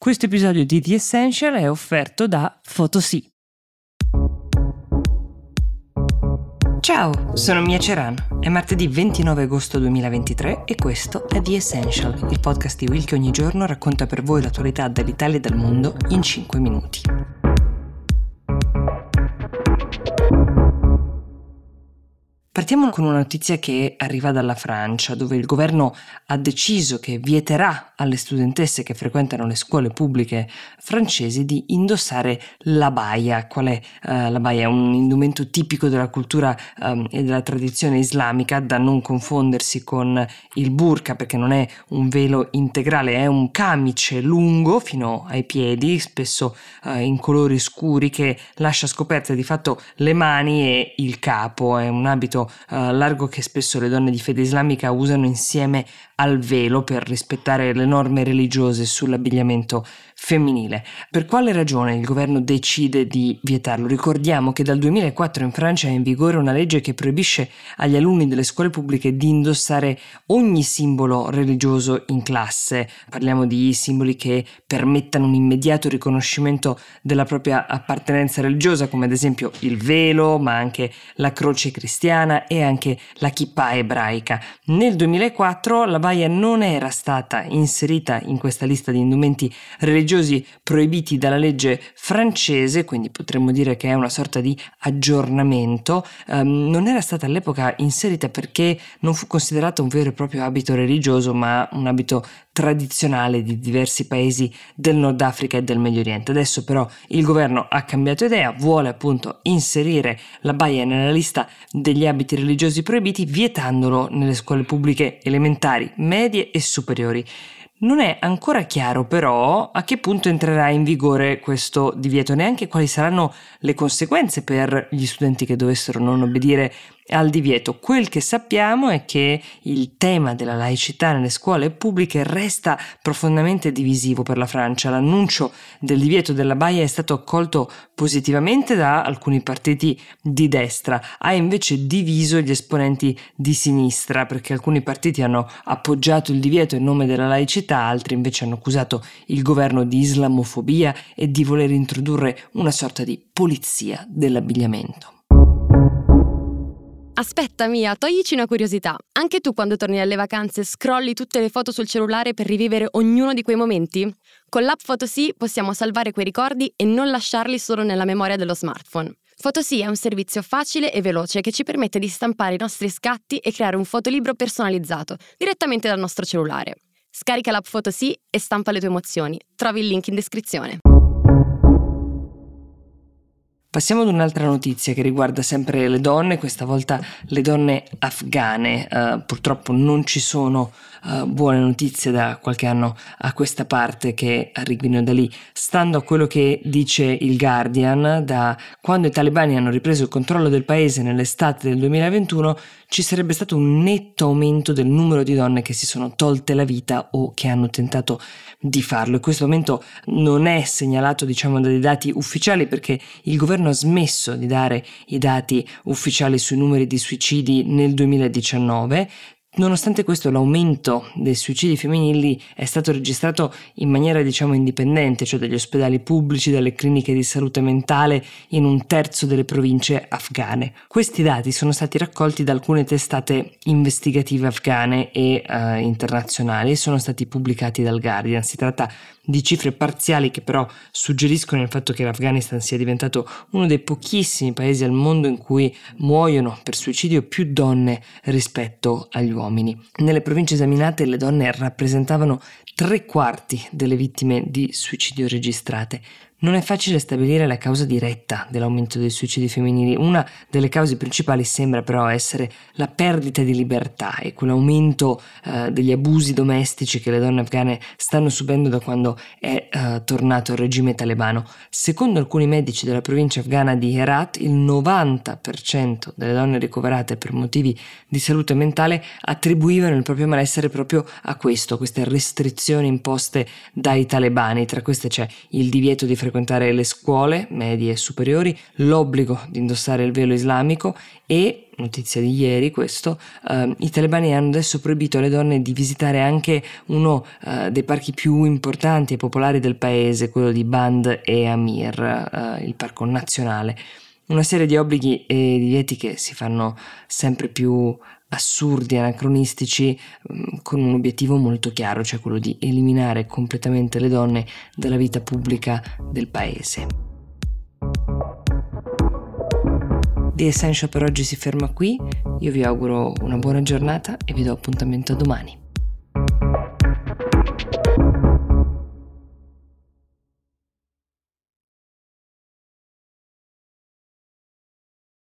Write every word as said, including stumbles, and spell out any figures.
Questo episodio di The Essential è offerto da Photosea. Ciao, sono Mia Ceran. È martedì ventinove agosto duemilaventitré e questo è The Essential, il podcast di Will che ogni giorno racconta per voi l'attualità dall'Italia e dal mondo in cinque minuti. Partiamo con una notizia che arriva dalla Francia, dove il governo ha deciso che vieterà alle studentesse che frequentano le scuole pubbliche francesi di indossare l'abaya. Qual è uh, l'abaya? È un indumento tipico della cultura um, e della tradizione islamica, da non confondersi con il burqa, perché non è un velo integrale, è un camice lungo fino ai piedi, spesso uh, in colori scuri, che lascia scoperte di fatto le mani e il capo. È un abito Uh, largo che spesso le donne di fede islamica usano insieme al velo per rispettare le norme religiose sull'abbigliamento femminile. Per quale ragione il governo decide di vietarlo? Ricordiamo che dal duemilaquattro in Francia è in vigore una legge che proibisce agli alunni delle scuole pubbliche di indossare ogni simbolo religioso in classe. Parliamo di simboli che permettano un immediato riconoscimento della propria appartenenza religiosa, come ad esempio il velo, ma anche la croce cristiana e anche la kippah ebraica. Nel duemilaquattro la l'abaya non era stata inserita in questa lista di indumenti religiosi proibiti dalla legge francese, quindi potremmo dire che è una sorta di aggiornamento. Um, non era stata all'epoca inserita perché non fu considerato un vero e proprio abito religioso, ma un abito tradizionale di diversi paesi del Nord Africa e del Medio Oriente. Adesso però il governo ha cambiato idea, vuole appunto inserire l'abaya nella lista degli abiti religiosi proibiti, vietandolo nelle scuole pubbliche elementari, medie e superiori. Non è ancora chiaro però a che punto entrerà in vigore questo divieto, neanche quali saranno le conseguenze per gli studenti che dovessero non obbedire al divieto. Quel che sappiamo è che il tema della laicità nelle scuole pubbliche resta profondamente divisivo per la Francia. L'annuncio del divieto dell'abaya è stato accolto positivamente da alcuni partiti di destra, ha invece diviso gli esponenti di sinistra, perché alcuni partiti hanno appoggiato il divieto in nome della laicità, altri invece hanno accusato il governo di islamofobia e di voler introdurre una sorta di polizia dell'abbigliamento. Aspetta Mia, toglici una curiosità. Anche tu quando torni dalle vacanze scrolli tutte le foto sul cellulare per rivivere ognuno di quei momenti? Con l'app Photosea possiamo salvare quei ricordi e non lasciarli solo nella memoria dello smartphone. Photosea è un servizio facile e veloce che ci permette di stampare i nostri scatti e creare un fotolibro personalizzato direttamente dal nostro cellulare. Scarica l'app Photosea e stampa le tue emozioni. Trovi il link in descrizione. Passiamo ad un'altra notizia che riguarda sempre le donne, questa volta le donne afghane. Uh, purtroppo non ci sono uh, buone notizie da qualche anno a questa parte che arrivino da lì. Stando a quello che dice il Guardian, da quando i talebani hanno ripreso il controllo del paese nell'estate del duemilaventuno ci sarebbe stato un netto aumento del numero di donne che si sono tolte la vita o che hanno tentato di farlo, e questo aumento non è segnalato diciamo dai dati ufficiali, perché il governo ha smesso di dare i dati ufficiali sui numeri di suicidi nel duemiladiciannove. Nonostante questo, l'aumento dei suicidi femminili è stato registrato in maniera diciamo indipendente, cioè dagli ospedali pubblici, dalle cliniche di salute mentale, in un terzo delle province afghane. Questi dati sono stati raccolti da alcune testate investigative afghane e uh, internazionali e sono stati pubblicati dal Guardian. Si tratta di cifre parziali che però suggeriscono il fatto che l'Afghanistan sia diventato uno dei pochissimi paesi al mondo in cui muoiono per suicidio più donne rispetto agli uomini. Nelle province esaminate le donne rappresentavano tre quarti delle vittime di suicidio registrate. Non è facile stabilire la causa diretta dell'aumento dei suicidi femminili. Una delle cause principali sembra però essere la perdita di libertà e quell'aumento eh, degli abusi domestici che le donne afghane stanno subendo da quando è eh, tornato il regime talebano. Secondo alcuni medici della provincia afghana di Herat, il novanta per cento delle donne ricoverate per motivi di salute mentale attribuivano il proprio malessere proprio a questo, a queste restrizioni imposte dai talebani. Tra queste c'è il divieto di frequentare le scuole medie e superiori, l'obbligo di indossare il velo islamico e, notizia di ieri questo, eh, i talebani hanno adesso proibito alle donne di visitare anche uno eh, dei parchi più importanti e popolari del paese, quello di Band e Amir, eh, il parco nazionale. Una serie di obblighi e divieti che si fanno sempre più assurdi, anacronistici, con un obiettivo molto chiaro, cioè quello di eliminare completamente le donne dalla vita pubblica del paese. The Essential per oggi si ferma qui, io vi auguro una buona giornata e vi do appuntamento a domani.